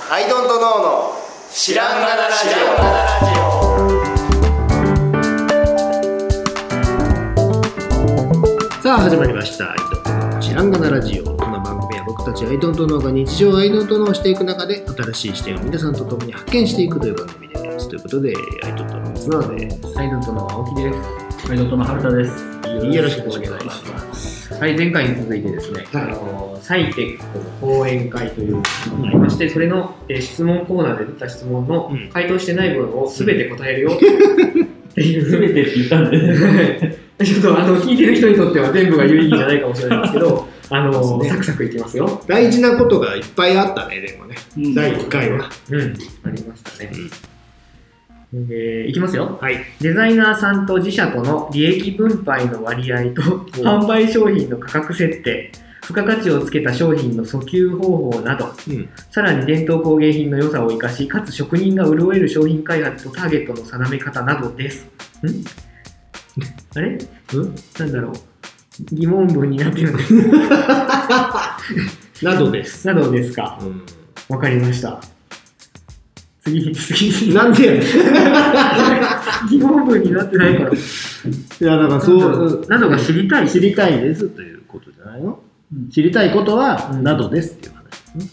アイドントノーの知らんがなラジオ。さあ始まりましたアイドントノーの知らんがなラジオ。この番組は僕たちアイドントノーが日常アイドントノーしていく中で新しい視点を皆さんと共に発見していくという番組です。ということでアイドントノーの綱です。 アイドントノー青木です。アイドントノー春田です。 よろしくお願いします。 はい、前回に続いてですね、サイテックの講演会というのがありまして、それの質問コーナーで出た質問の回答してない部分を全て答えるよっていう、全てって言ったんでちょっと聞いてる人にとっては全部が有意義じゃないかもしれないですけどサクサクいきますよ。 大事なことがいっぱいあったね。でもね、第1回はありましたね。いきますよ、 はい。 デザイナーさんと自社との利益分配の割合と販売商品の価格設定、付加価値をつけた商品の訴求方法など、さらに伝統工芸品の良さを生かし、かつ職人が潤える商品開発とターゲットの定め方などです。あれなんだろう、疑問文になってるんですなどです。 などですか。わかりました。次なんでやねん疑問文になってないから。いやだからそうなどが知りたいですということじゃないの、知りたいことはなどですっていう話ですね。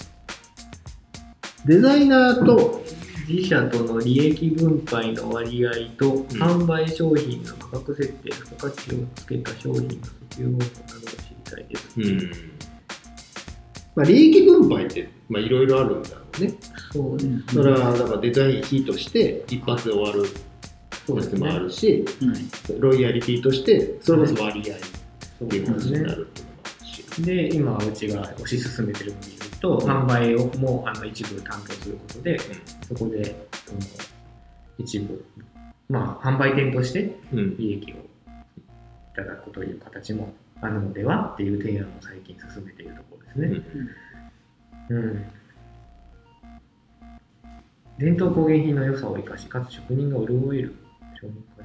デザイナーと自社との利益分配の割合と販売商品の価格設定、付加価値をつけた商品の訴求方法などを知りたいです。 利益分配っていろいろあるんだろうね。 そうですね。 それはだからデザイン費として一発で終わるやつもあるし、ロイヤリティとしてそれこそ割合っていう話になるっていうのもあるし、 で今うちが推し進めてるのに言うと、販売をも一部担当することで、そこで一部販売店として利益をいただくという形もあるのではっていう提案を最近進めているところですね。伝統工芸品の良さを生かし、かつ職人が潤える商品開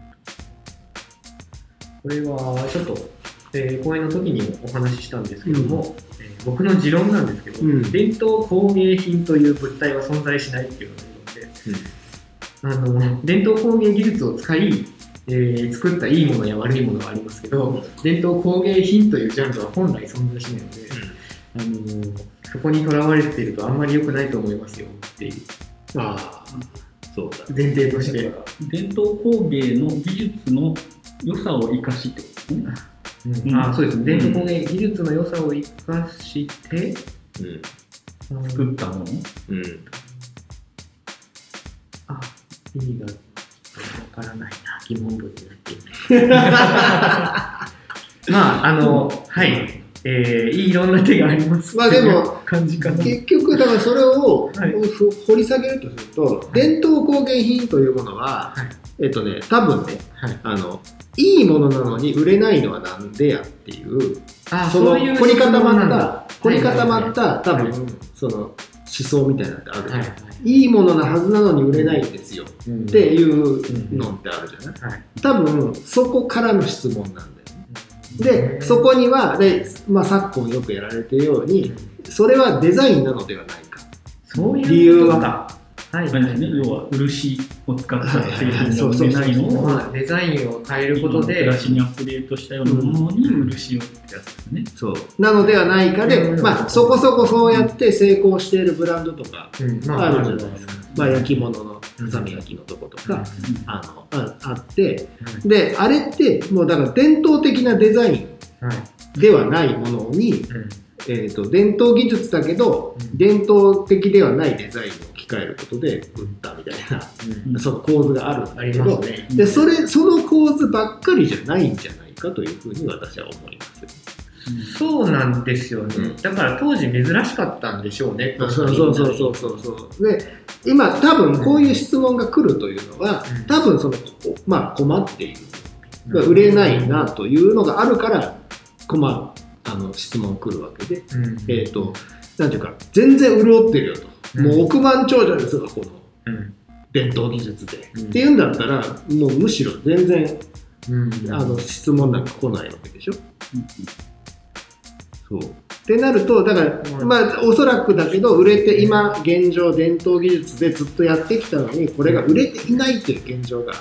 発。これはちょっと、講演の時にもお話ししたんですけども、僕の持論なんですけど、伝統工芸品という物体は存在しないっていうのがあるので、伝統工芸技術を使い、作ったいいものや悪いものがありますけど、伝統工芸品というジャンルは本来存在しないので、そこにとらわれているとあんまり良くないと思いますよっていう。 そうだ。 前提として伝統工芸の技術の良さを生かしってことですね。 そうですね。伝統工芸技術の良さを生かして、 作ったもの。 意味がわからないな。疑問文になっている。はい。いろんな手があります。 でも感じかな。 結局だからそれを掘り下げるとすると、伝統工芸品というものは、多分ね、いいものなのに売れないのはなんでやっていう、その凝り固まった多分その思想みたいなのってあるじゃない。いいものなはずなのに売れないんですよっていうのってあるじゃない。多分そこからの質問なんだよね。でそこには昨今よくやられているように、それはデザインなのではないか。 そういう理由は要は漆を使った製品が売れないのをデザインを変えることで暮らしにアップデートしたようなものに漆をってやつですね。 そうなのではないかで、そこそこそうやって成功しているブランドとかあるじゃないですか。焼き物のハサミ焼きのとことかあって、であれってもうだから伝統的なデザインではないものに、伝統技術だけど伝統的ではないデザインを置き換えることで売ったみたいな、その構図があるんだけど、でその構図ばっかりじゃないんじゃないかというふうに私は思います。 そうなんですよね。だから当時珍しかったんでしょうね。 そうで今多分こういう質問が来るというのは、多分その困っている、売れないなというのがあるから質問来るわけで、なんていうか全然潤ってるよと、もう億万長者ですがこの伝統技術で、っていうんだったらもうむしろ全然、質問なんか来ないわけでしょ。そうってなると、だから、まあ、おそらくだけど、売れて、今、現状、伝統技術でずっとやってきたのに、これが売れていないという現状があって、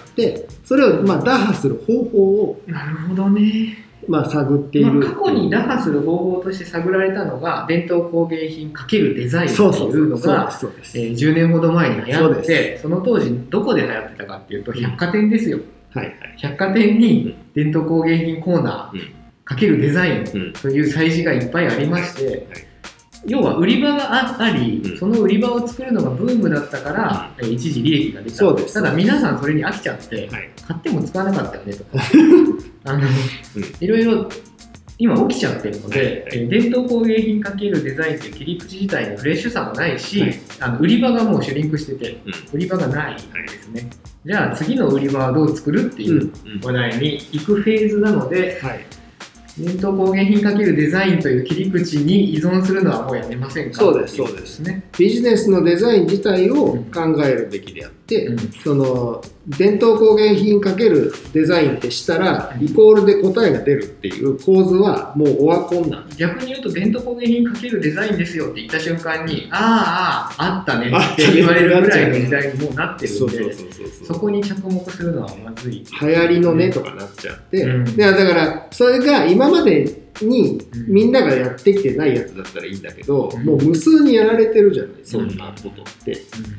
それをまあ打破する方法を、 なるほどね。 まあ、探っている。 過去に打破する方法として探られたのが、伝統工芸品×デザインっていうのが、10年ほど前に流行って、その当時、どこで流行ってたかっていうと、百貨店ですよ。 はいはい、 百貨店に伝統工芸品コーナー、×デザインという催事がいっぱいありまして、要は売り場があり、その売り場を作るのがブームだったから、一時利益が出た。ただ皆さんそれに飽きちゃって、買っても使わなかったよねとか、いろいろ今起きちゃってるので、伝統工芸品×デザインという切り口自体にフレッシュさもないし、売り場がもうシュリンクしてて、売り場がないですね。じゃあ次の売り場はどう作るっていう話題に行くフェーズなので、伝統工芸品×デザインという切り口に依存するのはもうやめませんか？ そうですそうですね。ビジネスのデザイン自体を考えるべきであって、その伝統工芸品×デザインってしたらイコールで答えが出るっていう構図はもうオワコンなんです。 逆に言うと伝統工芸品×デザインですよって言った瞬間にあったねって言われるぐらいの時代にもうなってるんで、そこに着目するのはまずい。 流行りのねとかなっちゃって、だからそれが今までにみんながやってきてないやつだったらいいんだけど、もう無数にやられてるじゃない、そんなことって。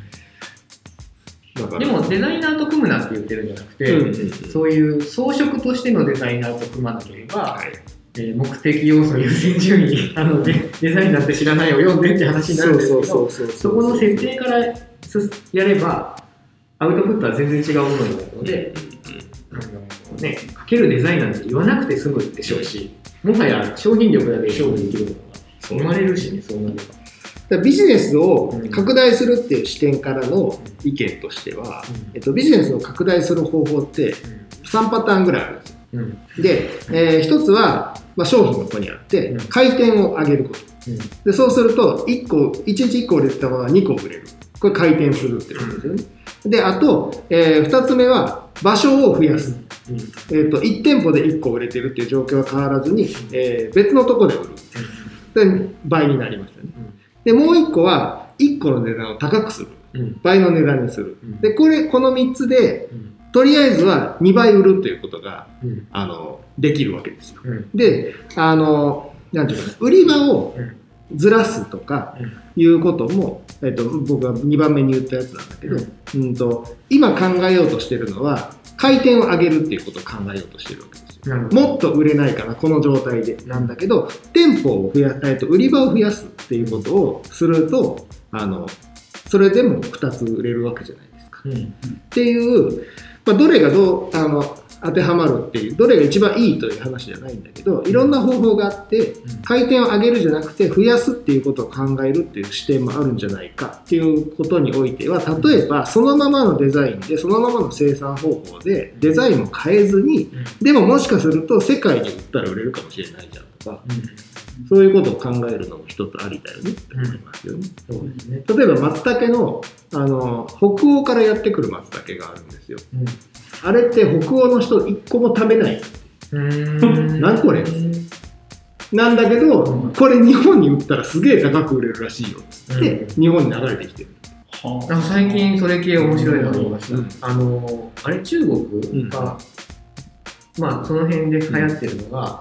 だからでもデザイナーと組むなって言ってるんじゃなくて、そういう装飾としてのデザイナーと組まなければ、目的要素優先順位デザインなんて知らないよ読んでって話になるんですけど、そこの設定からやればアウトプットは全然違うものになるので、かけるデザインなんて言わなくて済むでしょうし、もはや商品力だけ勝負できるのが生まれるしね、そうなれば。 ビジネスを拡大するっていう視点からの意見としては、ビジネスを拡大する方法って3パターンぐらいあるんですよ。で、一つは、商品がここにあって回転を上げること。でそうすると1日1個売れてたものが2個売れる。これ回転するってことですよね。で、あと、2つ目は場所を増やす。1店舗で1個売れてるっていう状況は変わらずに、別のところで売る。で、倍になりましたね。で、もう1個は1個の値段を高くする。倍の値段にする。で、この3つで、とりあえずは2倍売るということが、できるわけですよ。で、なんていうかな、売り場をずらすとかいうことも、僕が2番目に言ったやつなんだけど、今考えようとしてるのは回転を上げるっていうことを考えようとしてるわけですよ。もっと売れないかなこの状態でなんだけど、店舗を増やす、売り場を増やすっていうことをするとそれでも2つ売れるわけじゃないですか。っていう、どれが当てはまるっていう、どれが一番いいという話じゃないんだけど、いろんな方法があって、回転を上げるじゃなくて増やすっていうことを考えるっていう視点もあるんじゃないかっていうことにおいては、例えばそのままのデザインでそのままの生産方法でデザインも変えずに、でももしかすると世界に売ったら売れるかもしれないじゃんとか、そういうことを考えるのも一つありだよねって思いますよね。そうですね。例えば松茸の、北欧からやってくる松茸があるんですよ。あれって北欧の人一個も食べない。何これなんだけど、これ日本に売ったらすげえ高く売れるらしいよって日本に流れてきてる。 最近それ系面白いなと思いました。あれ中国が、その辺で流行ってるのが、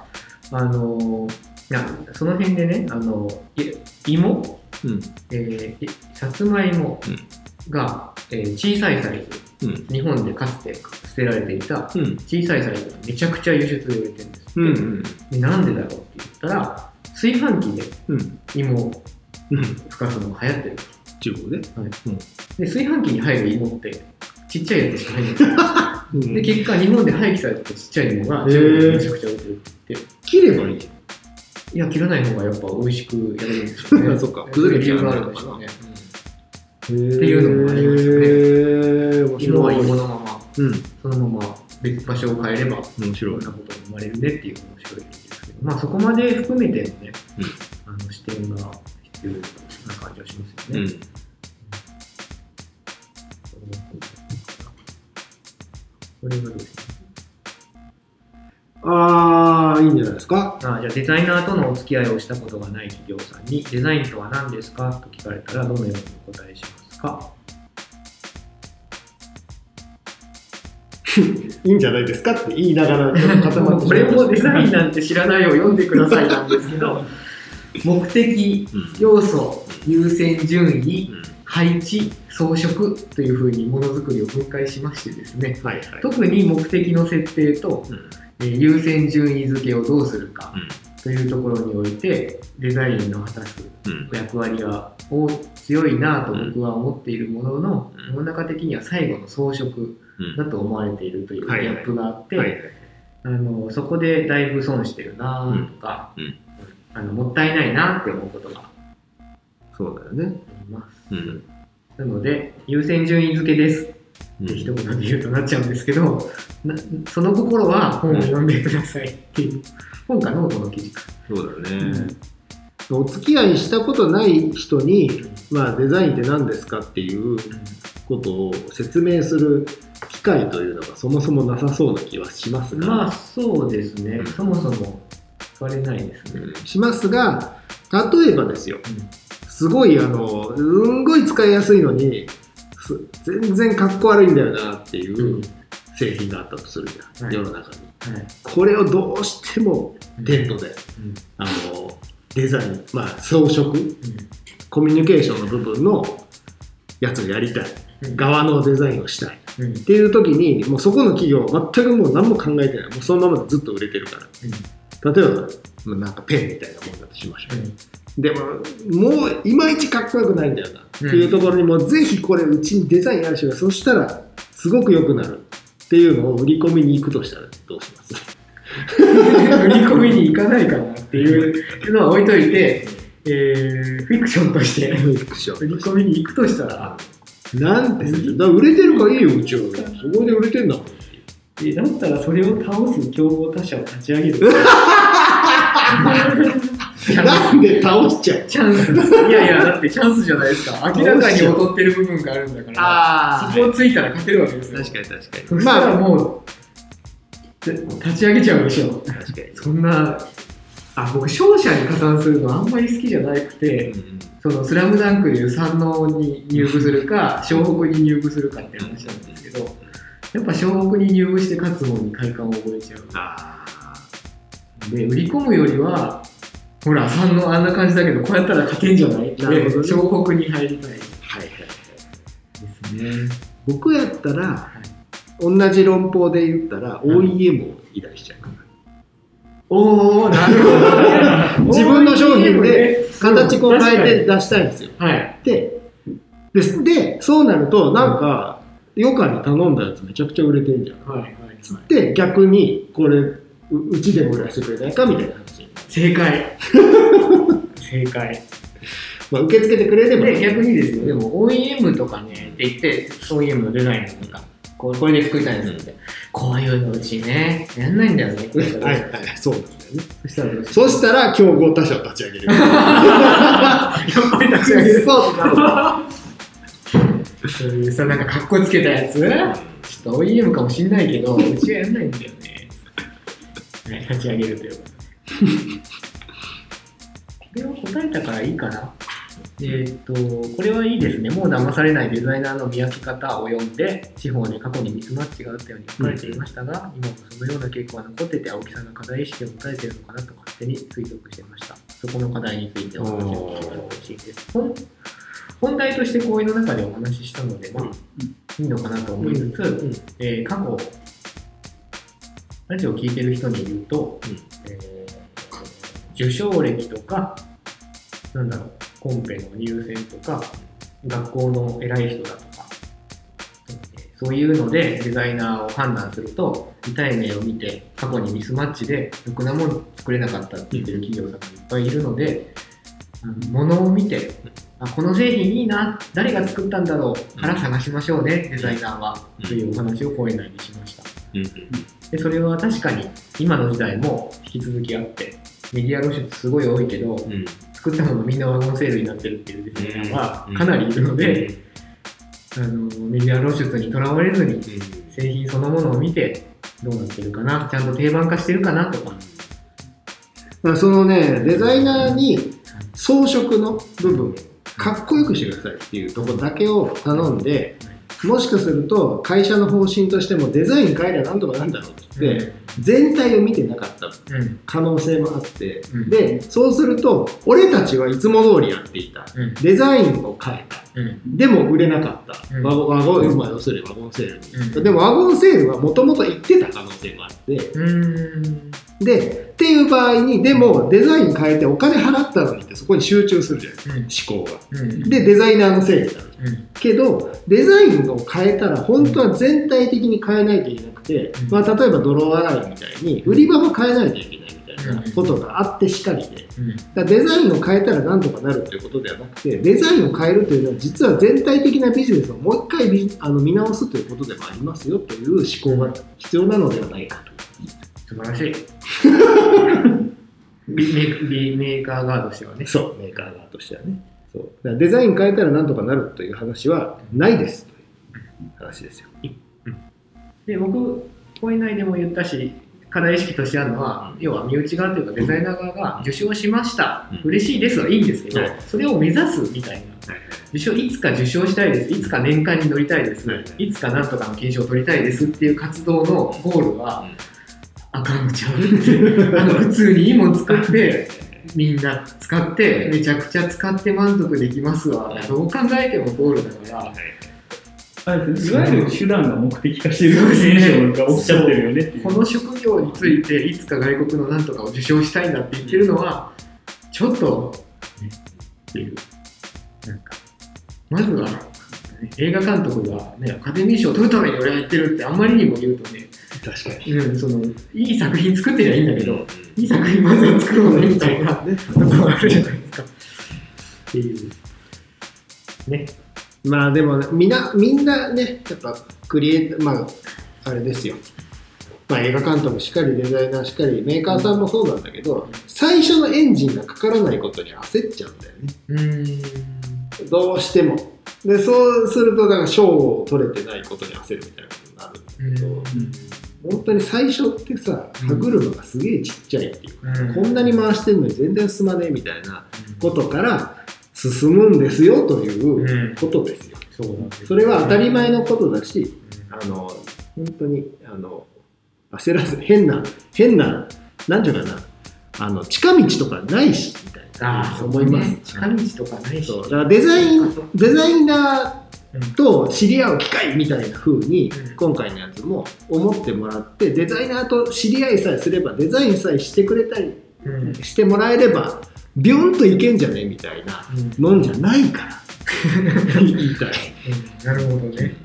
その辺でね、芋、さつまいもが、小さいサイズ、日本でかつて捨てられていた小さいサイズがめちゃくちゃ輸出で売れてるんですって。なんでだろうって言ったら、炊飯器で芋をふかすのが流行ってる。 中国で、 で炊飯器に入る芋ってちっちゃいやつしか入ってない。で結果日本で廃棄されたちっちゃい芋が中国でめちゃくちゃ売れてるって。 切ればいいじゃん。 いや、切らない方がやっぱ美味しくやれるんでしょうね。 そっか、 崩れる理由があるんでしょうね。っていうのもありますよね。芋は芋のまま、そのまま別場所を変えれば、面白いなことが生まれるねっていう面白いですけど、そこまで含めてのね、視点が必要な感じはしますよね。これがどうですか？ ああ、いいんじゃないですか。 じゃあデザイナーとのお付き合いをしたことがない企業さんにデザインとは何ですかと聞かれたらどのようにお答えしますか？ いいんじゃないですかって言いながらちょっと固まってしまいました。 これもデザインなんて知らないを読んでくださいなんですけど目的、要素、優先順位、配置、装飾というふうにものづくりを分解しましてですね、 はいはい、 特に目的の設定と、優先順位付けをどうするかというところにおいてデザインの果たす役割が強いなと僕は思っているものの、世の中的には最後の装飾だと思われているというギャップがあって、そこでだいぶ損してるなとか、もったいないなって思うことがそうだよね。 あります。なので優先順位付けですって一言で言うとなっちゃうんですけど、その心は本を読んでくださいっていう、本かノートの記事か。 そうだね。お付き合いしたことない人に、デザインって何ですかっていうことを説明する機会というのがそもそもなさそうな気はしますが、 そうですね、そもそも聞かれないですね、 しますが、例えばですよ、すごいすんごい使いやすいのに全然かっこ悪いんだよなっていう製品があったとするじゃん、世の中に、これをどうしてもデントで、デザイン、装飾、コミュニケーションの部分のやつをやりたい、側のデザインをしたい、っていう時にもうそこの企業は全くもう何も考えてない、もうそのままでずっと売れてるから、例えばなんかペンみたいなもんだとしましょう、でももういまいちかっこよくないんだよなっていうところにもぜひこれうちにデザインある人がそしたらすごく良くなるっていうのを売り込みに行くとしたらどうします？ 売り込みに行かないかなっていうのは置いといて、フィクションとして売り込みに行くとしたらなんてだ売れてるからいいよ、うちはそこで売れてんだもん。 だったらそれを倒す競合他社を立ち上げるなんで倒しちゃう？ チャンスです。いやだってチャンスじゃないですか。明らかに劣ってる部分があるんだから、そこをついたら勝てるわけですよ。 確かにそしたらもう立ち上げちゃうでしょ。確かに。そんな僕商社に加担するのあんまり好きじゃなくて、そのスラムダンクでいう山王に入部するか湘北に入部するかって話なんですけど、やっぱ湘北に入部して勝つ方に快感を覚えちゃう。で売り込むよりはほら山王あんな感じだけどこうやったら勝てんじゃないって湘北に入りたい。ですね。 僕やったら、同じ論法で言ったら OEM を依頼しちゃうから。おー、なるほど。自分の商品で形こう変えて出したいんですよ。でそうなるとなんか余暇に頼んだやつめちゃくちゃ売れてるんじゃん。で逆にこれうちでも売らせてくれないかみたいな話。正解。受け付けてくれれば。で逆にですよ。でも OEM とかねって言って OEM のデザインとかこれで作りたいんですって、こういうのうちねやんないんだよね。 そうなんだよね。そしたら競合他社を立ち上げる。やっぱり立ち上げる。そういうさなんかかっこつけたやつ、ちょっと OEM かもしんないけどうちはやんないんだよね。立ち上げるということで。これを答えたからいいかな。これはいいですね。もう騙されないデザイナーの見分け方を読んで、地方で過去にミスマッチがあったように書かれていましたが、今もそのような傾向が残ってて、青木さんが課題意識を持たれているのかなと勝手に推測していました。そこの課題についてお話を聞いてほしいです。本題として講演の中でお話ししたので、いいのかなと思いつつ、過去、ラジオを聞いている人に言うと、受賞歴とか、コンペの入選とか学校の偉い人だとかそういうのでデザイナーを判断すると痛い目を見て過去にミスマッチでろくなもの作れなかったって言ってる企業さんがいっぱいいるので、物を見てこの製品いいな、誰が作ったんだろうから探しましょうね、デザイナーはというお話を講演内にしました。でそれは確かに今の時代も引き続きあってメディア露出すごい多いけど、作ったものみんなワゴンセールになってるっていうデザイナーはかなりいるので、メディア露出にとらわれずに製品そのものを見てどうなってるかな、ちゃんと定番化してるかなとからそのね、デザイナーに装飾の部分かっこよくしてくださいっていうところだけを頼んで、もしかすると会社の方針としてもデザイン変えりゃなんとかなんだろうって言って、全体を見てなかった可能性もあって、でそうすると俺たちはいつも通りやっていた、デザインを変えた、でも売れなかった、ワゴン、要するにワゴンセールに、でもワゴンセールはもともと行ってた可能性もあって、でっていう場合にでもデザイン変えてお金払ったのにってそこに集中するじゃないですか、思考が、でデザイナーのせいになる、けどデザインを変えたら本当は全体的に変えないといけなくて、例えば泥洗いみたいに売り場も変えないといけないみたいなことがあってしかりで、だからデザインを変えたらなんとかなるということではなくて、デザインを変えるというのは実は全体的なビジネスをもう一回見直すということでもありますよという思考が必要なのではないかと。 素晴らしいメーカー側としてはね。 そう、メーカー側としてはね。そうだからデザイン変えたらなんとかなるという話はないですという話ですよ。 で僕講演内でも言ったし、課題意識としてあるのは、要は身内側というかデザイナー側が受賞しました、嬉しいですはいいんですけど、それを目指すみたいな、いつか受賞したいです、いつか年間に乗りたいです、いつかなんとかの金賞を取りたいですっていう活動のゴールは、あかんちゃうって普通にいいもん使ってみんな使ってめちゃくちゃ使って満足できますわ、どう考えてもゴールだから、 いわゆる手段が目的化している現象が起きちゃってるよねっていう。 この職業についていつか外国のなんとかを受賞したいんだって言ってるのはちょっとっていう、なんかまずは映画監督が、ね、アカデミー賞を取るために俺はやってるってあんまりにも言うとね、 確かに、 そのいい作品作ってりゃいいんだけど、いい作品まずは作ろうねみたいなところあるじゃないですかっていうね。 まあでもみんなね、やっぱクリエイター、あれですよ、映画監督しかりデザイナーしかりメーカーさんもそうなんだけど、最初のエンジンがかからないことに焦っちゃうんだよね。どうしても。でそうするとだから賞を取れてないことに焦るみたいなことになるんだけど、本当に最初ってさ、歯車がすげえちっちゃいっていうか、こんなに回してるのに全然進まねえみたいなことから進むんですよということですよ。それは当たり前のことだし、本当に焦らず変ななんていうかな、近道とかないしみたいな思います。 近道とかないし、 だからデザイナーと知り合う機会みたいな風に今回のやつも思ってもらって、デザイナーと知り合いさえすれば、デザインさえしてくれたりしてもらえればビュンといけんじゃねみたいなもんじゃないから言いたい。 なるほどね。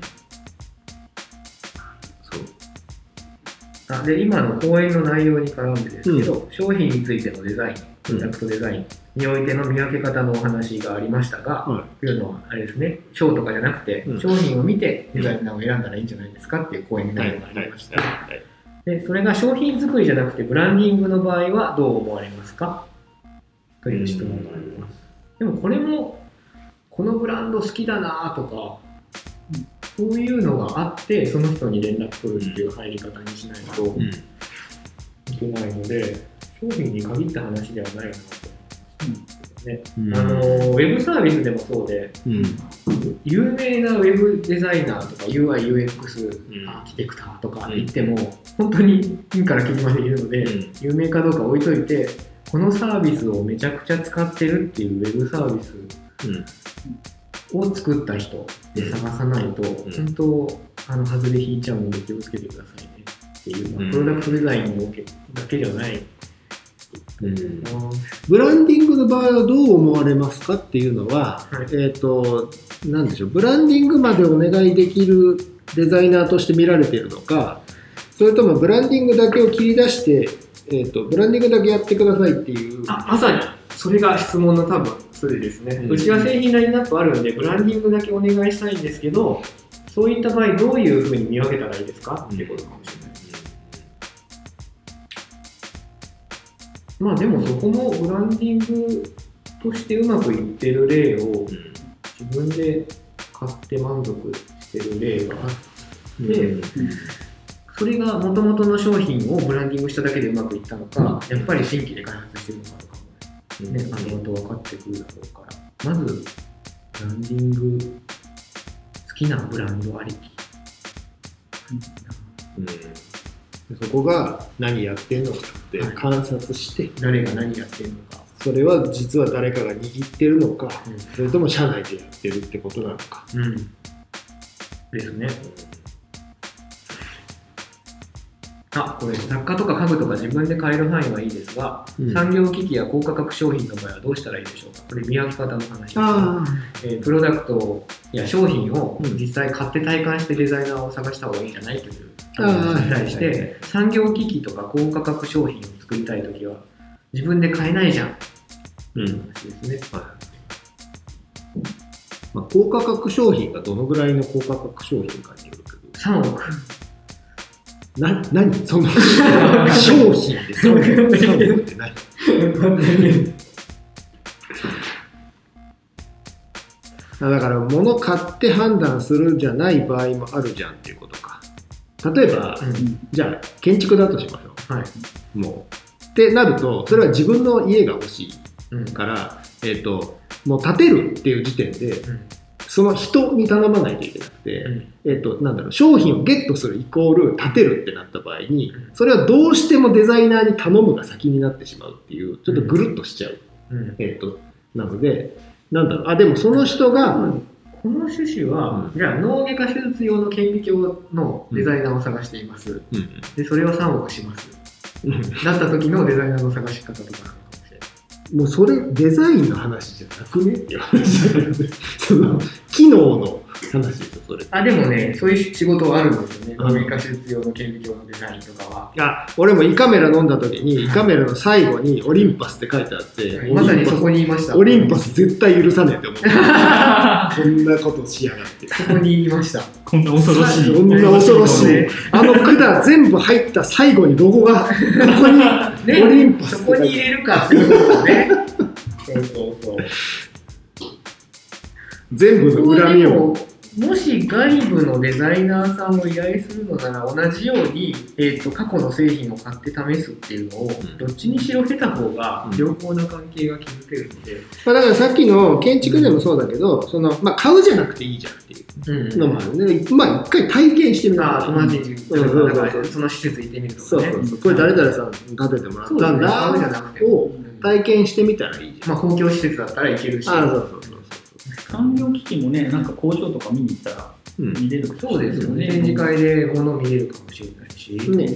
で今の講演の内容に絡んでですけど、商品についてのデザイン、プロダクトデザインにおいての見分け方のお話がありましたが、というのはあれですね、賞とかじゃなくて、商品を見てデザイナーを選んだらいいんじゃないですかっていう講演内容がありました。でそれが商品作りじゃなくてブランディングの場合はどう思われますかという質問があります。でもこれもこのブランド好きだなとか、そういうのがあってその人に連絡取るっていう入り方にしないといけないので、商品に限った話ではないなと思うんですけどね。ウェブサービスでもそうで、有名なウェブデザイナーとか UI/UX アーキテクターとか言っても、本当にピンからキリまでいるので、有名かどうか置いといて、このサービスをめちゃくちゃ使ってるっていうウェブサービスを作った人で探さないと、本当外れ引いちゃうので気をつけてくださいねっていう、プロダクトデザインだけじゃない。 ブランディングの場合はどう思われますかっていうのは、なんでしょう、ブランディングまでお願いできるデザイナーとして見られているのか、それともブランディングだけを切り出して、ブランディングだけやってくださいっていう。 まさにそれが質問の多分それですね。うちは製品ラインナップあるんでブランディングだけお願いしたいんですけど、そういった場合どういうふうに見分けたらいいですかっていうことかもしれない。でもそこもブランディングとしてうまくいってる例を自分で買って満足してる例があって、 それが元々の商品をブランディングしただけでうまくいったのか、やっぱり新規で開発してるのかとかもね、後々分かってくるだろうから、まずブランディング好きなブランドありき、 そこが何やってんのかって観察して、 誰が何やってんのか、 それは実は誰かが握ってるのか、それとも社内でやってるってことなのか、 ですね。これ雑貨とか家具とか自分で買える範囲はいいですが、産業機器や高価格商品の場合はどうしたらいいでしょうか。これ見分け方の話です。プロダクトや商品を実際買って体感してデザイナーを探した方がいいんじゃないという話に対して、産業機器とか高価格商品を作りたいときは自分で買えないじゃんっていう話ですね。 高価格商品がどのぐらいの高価格商品かによるけど、 3億。 何その商品で3億って何だから物買って判断するんじゃない場合もあるじゃんっていうことか。例えば、じゃあ建築だとしましょう、もうってなるとそれは自分の家が欲しいから、もう建てるっていう時点で、その人に頼まないといけなくて、商品をゲットするイコール建てるってなった場合に、それはどうしてもデザイナーに頼むが先になってしまうっていう、ちょっとぐるっとしちゃう、なのででもその人が、 この趣旨は、じゃあ脳外科手術用の顕微鏡のデザイナーを探しています、でそれは3億します、だった時のデザイナーの探し方とかもうそれデザインの話じゃなくねっていう話だよね。その機能の話ですよそれ。 でもね、そういう仕事はあるんですよね。脳外科手術用の顕微鏡のデザインとかは。 俺も胃カメラ飲んだ時に、胃カメラの最後にオリンパスって書いてあって、 まさにそこにいました。 オリンパス絶対許さねえって思ってこんなことしやがって。 そこにいました。 こんな恐ろしい。 こんな恐ろしい。管全部入った最後にロゴがここにオリンパスってそこに入れるかっていうことね。そう。全部の恨みを。もし外部のデザイナーさんを依頼するのなら同じように、過去の製品を買って試すっていうのをどっちにしろ経た方が良好な関係が築けるので、 だからさっきの建築でもそうだけど、買うじゃなくていいじゃんっていうのもあるね。一回体験してみる。 同じだからその施設行ってみるとかね。 これ誰々さん建ててもらったんだを体験してみたらいいじゃん。 公共施設だったら行けるし。 産業機器もね、なんか工場とか見に行ったら見れる、 そうですよね。展示会で物を見れるかもしれないし、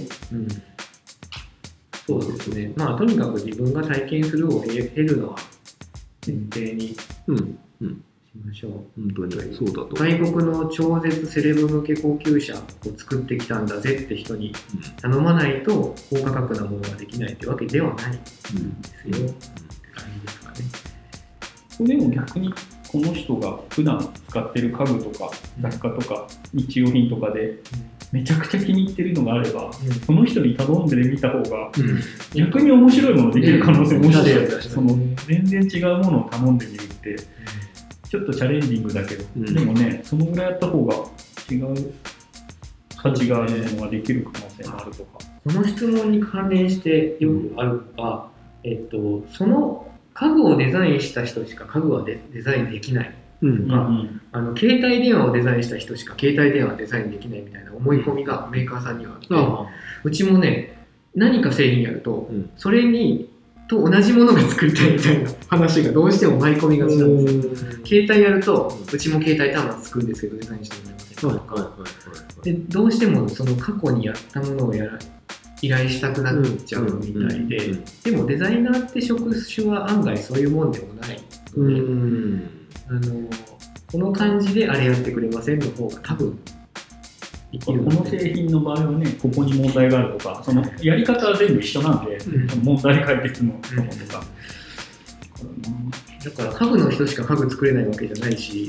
そうですね。とにかく自分が体験するを経るのは前提にしましょう。 本当にそうだと。 外国の超絶セレブ向け高級車を作ってきたんだぜって人に頼まないと高価格なものができないってわけではないんですよ。って感じですかね。 でも逆にこの人が普段使ってる家具とか雑貨とか日用品とかでめちゃくちゃ気に入ってるのがあれば、その人に頼んでみた方が逆に面白いものできる可能性もある。その全然違うものを頼んでみるってちょっとチャレンジングだけど、でもね、そのぐらいやった方が違う価値があるものができる可能性もあるとか。 この質問に関連してよくあるのが、その家具をデザインした人しか家具はデザインできないとか、携帯電話をデザインした人しか携帯電話デザインできないみたいな思い込みがメーカーさんにはあって、うちもね、何か製品やると、それにと同じものが作りたいみたいな話がどうしても舞い込みがちなんですよ。携帯やると、うちも携帯端末作るんですけどデザインしてもらえませんかとか、でどうしてもその過去にやったものを依頼したくなっちゃうみたいで、でもデザイナーって職種は案外そういうもんでもないので、この感じであれやってくれませんの方が多分この製品の場合はね、ここに問題があるとか、そのやり方は全部一緒なんで、問題解決のものとか、 だから家具の人しか家具作れないわけじゃないし、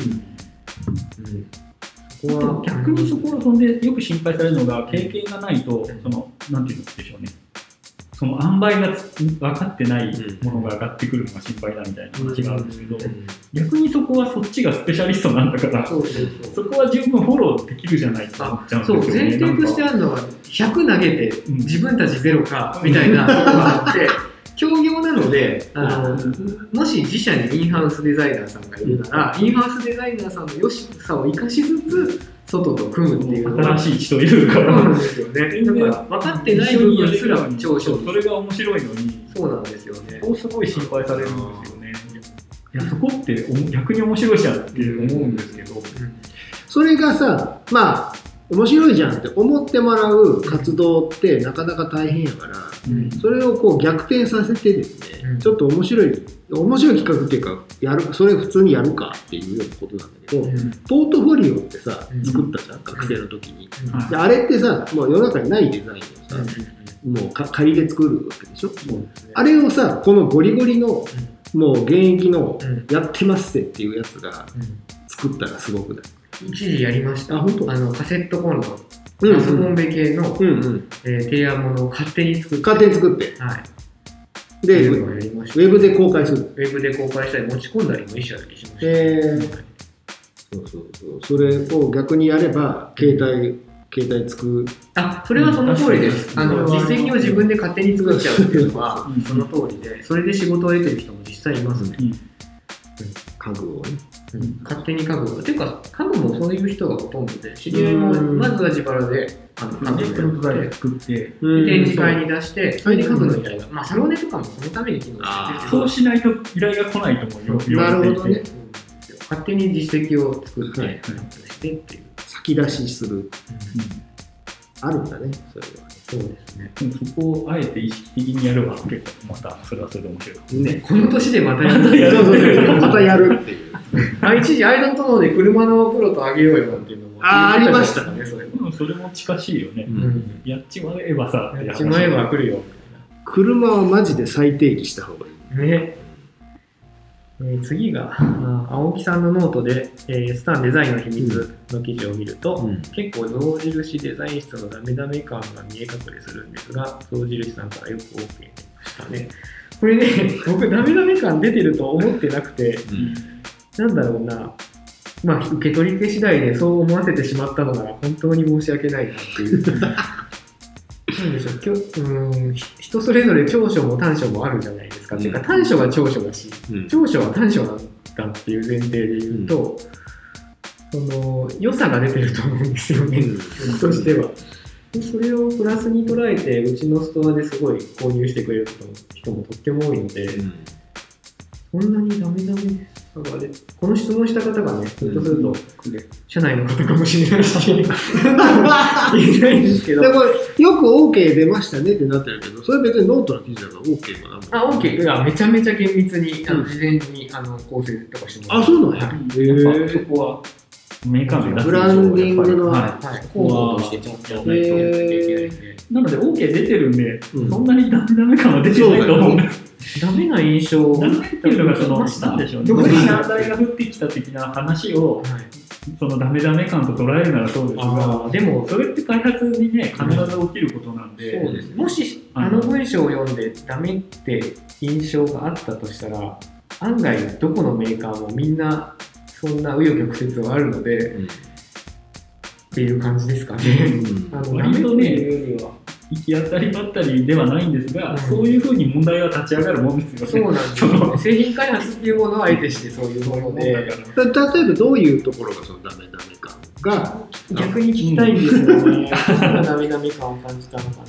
逆にそこはそんでよく心配されるのが、経験がないと、そのなんていうんでしょうね、 その塩梅が分かってないものが上がってくるのが心配だみたいな話があるんですけど、逆にそこはそっちがスペシャリストなんだから、そこは十分フォローできるじゃないと思っちゃうんですよね。 そう、前提としてあるのは100投げて自分たちゼロかみたいなところがあって、協業なのでもし自社にインハウスデザイナーさんがいるなら、インハウスデザイナーさんの良しさを生かしつつ外と組むっていうのは新しい人いるから、 そうなんですよね。だから分かってない部分すら長所、 それが面白いのに、 そうなんですよね。 そうすごい心配されるんですよね。いや、そこって逆に面白いじゃんって思うんですけど、 それがさ、まあ面白いじゃんって思ってもらう活動ってなかなか大変やから、それをこう逆転させてですね、ちょっと面白い企画っていうか、それ普通にやるかっていうようなことなんだけど、ポートフォリオってさ、作ったじゃん、学生の時に。であれってさ、もう世の中にないデザインをさ、もう仮で作るわけでしょ。あれをさ、このゴリゴリの、もう現役のやってますっていうやつが作ったらすごくない？ 一時やりました。 本当？ カセットコンロ、パソコンベ系の提案物を勝手に作って。 はい。で、ウェブで公開する。 ウェブで公開したり持ち込んだりも一緒だりしました。 そう。それを逆にやれば、携帯作る。 それはその通りです。実績を自分で勝手に作っちゃうっていうのはその通りで、それで仕事を得てる人も実際いますね。 家具をね。 勝手に家具を。ていうか、家具もそういう人がほとんどで、知り合いもまずは自腹で家具を作って、展示会に出して、それで家具の依頼が、サロネとかもそのために機能してる。 そうしないと依頼が来ないと思うよ。 なるほどね。 勝手に実績を作ってっていう。 先出しする。あるんだね、それは。 そうですね。 そこをあえて意識的にやるわけまたそれはそれで面白いね。この年でまたやる。 またやるっていう。 一時アイドントノーで車のプロとあげようよなんていうのもありましたね。 それも近しいよね。やっちまえばさ、 やっちまえば来るよ。 車はマジで再定義した方がいい。 ね。次が青木さんのノートで、スタンデザインの秘密の記事を見ると、結構象印デザイン室のダメダメ感が見え隠れするんですが、象印さんからよく OK でしたね。これね、僕ダメダメ感出てると思ってなくて、なんだろうな、受け取り手次第でそう思わせてしまったのなら本当に申し訳ないなっていう。なんでしょう、人それぞれ長所も短所もあるじゃないですか。っていうか短所は長所だし、長所は短所なんだっていう前提で言うと、その良さが出てると思うんですよね、としては。それをプラスに捉えてうちのストアですごい購入してくれる人もとっても多いので、そんなにダメダメこの質問した方がね、ひょっとすると社内の方かもしれないし言えないんですけど、 でもよく OK 出ましたねってなってるけど、それ別にノートの記事だから OK もなんも。 OK がめちゃめちゃ厳密に事前に構成とかしてもらって。 そうなの？ そこはメーカーのブランディングの広報としてちゃんとやらないといけないんで。 なので OK 出てるんで、そんなにダメ感は出てないと思うんです。 ダメな印象ダメっていうのがなんでしょうね。特に難題が降ってきた的な話を、そのダメ感と捉えるならそうですが、でもそれって開発にね、必ず起きることなんで、 そうです。もし文章を読んでダメって印象があったとしたら、案外どこのメーカーもみんなそんな紆余曲折はあるので、っていう感じですかね。 割とね、行き当たりばったりではないんですが、そういうふうに問題は立ち上がるもんですよね。 そうなんですね。製品開発っていうものは相手してそういうもので、例えばどういうところがそのダメ感が逆に聞きたいんですよね。ダメ感を感じたのかな。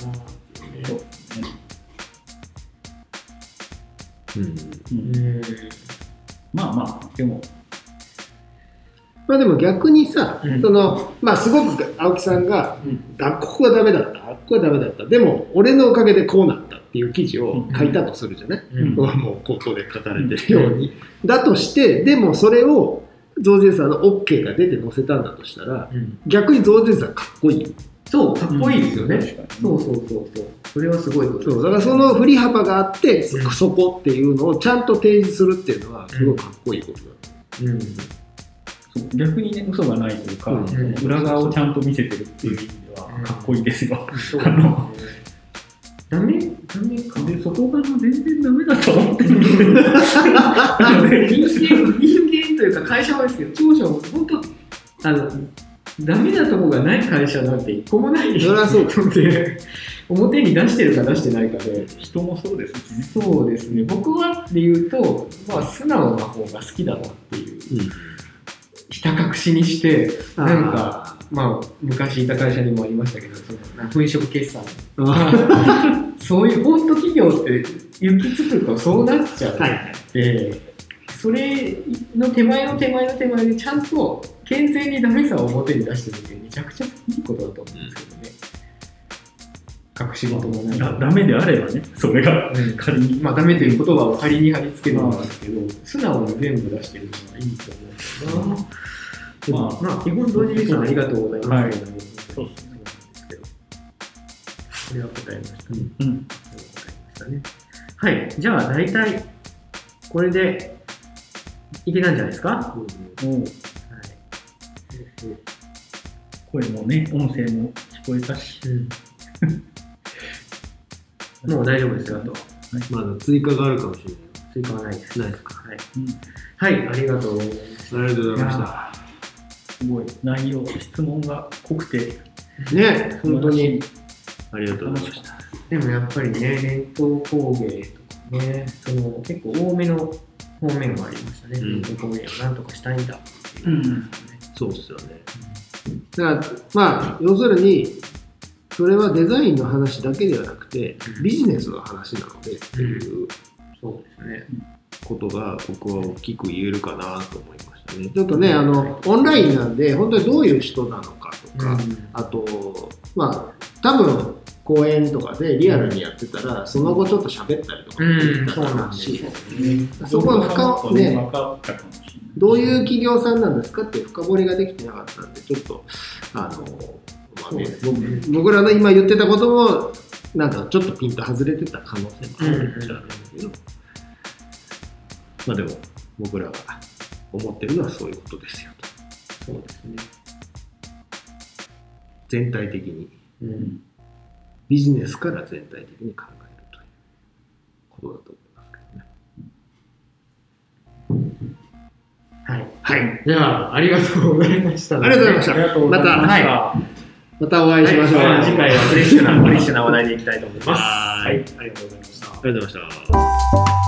でも逆にさ、すごく青木さんが、ここがダメだった、ここがダメだった、でも俺のおかげでこうなったっていう記事を書いたとするじゃない、もう口頭で書かれてるように、だとしてでもそれを象印さんの OK が出て載せたんだとしたら、逆に象印さんかっこいい。 そう、かっこいいですよね。そうそれはすごいことです。 だからその振り幅があって、そこっていうのをちゃんと提示するっていうのはすごいかっこいいことだ。 逆にね、嘘がないというか、裏側をちゃんと見せてるっていう意味ではかっこいいですよ。 ダメでそこが全然ダメだと思ってる人間というか会社はですけど、長所も本当ダメなとこがない会社なんて一個もないでしょ。 そりゃそうで表に出してるか出してないかで、 人もそうですしね。 そうですね。僕はっていうと、まあ素直な方が好きだなっていう、ひた隠しにして、なんかまあ昔いた会社にもありましたけど、その粉飾決算そういう本当企業って行き着くとそうなっちゃうで、それの手前の手前の手前でちゃんと健全にダメさを表に出してるってめちゃくちゃいいことだと思うんですけどね。隠し事もない。 ダメであればね、それが仮に、 まあダメという言葉を仮に貼り付けるんですけど、素直に全部出してるのがいいと思うんですよな。まあ基本同時にありがとうございます。そうですね。これは答えましたね。答えましたね。はい、じゃあ大体これでいけたんじゃないですか。はい、 声もね、音声も聞こえたし、 もう大丈夫ですよ。あとはまだ追加があるかもしれない。 追加はないです。 ないですか。 はい、はい、ありがとうございました。 ありがとうございました。 すごい内容、質問が濃くてね、本当にありがとうございました。 でもやっぱりね、伝統工芸とかね、その結構多めの方面がありましたね。伝統工芸をなんとかしたいんだっていう、 そうですよね。だからまあ要するにそれはデザインの話だけではなくてビジネスの話なのでっていうそうですね。 ことが僕は大きく言えるかなと思いましたね。ちょっとね、オンラインなんで本当にどういう人なのかとか、あとまあ多分講演とかでリアルにやってたらその後ちょっと喋ったりとかもできたと思うし、そこはね、どういう企業さんなんですかって深掘りができてなかったんで、ちょっとまあね、僕らの今言ってたこともなんかちょっとピンと外れてた可能性もあるんじゃないですけど、まあでも僕らが思ってるのはそういうことですよと。 そうですね。 全体的に、ビジネスから全体的に考えるということだと思いますけどね。 はい。はい。では、ありがとうございました。 ありがとうございました。またお会いしましょう。 次回はフレッシュな話題でいきたいと思います。はい。ありがとうございました。 ありがとうございました。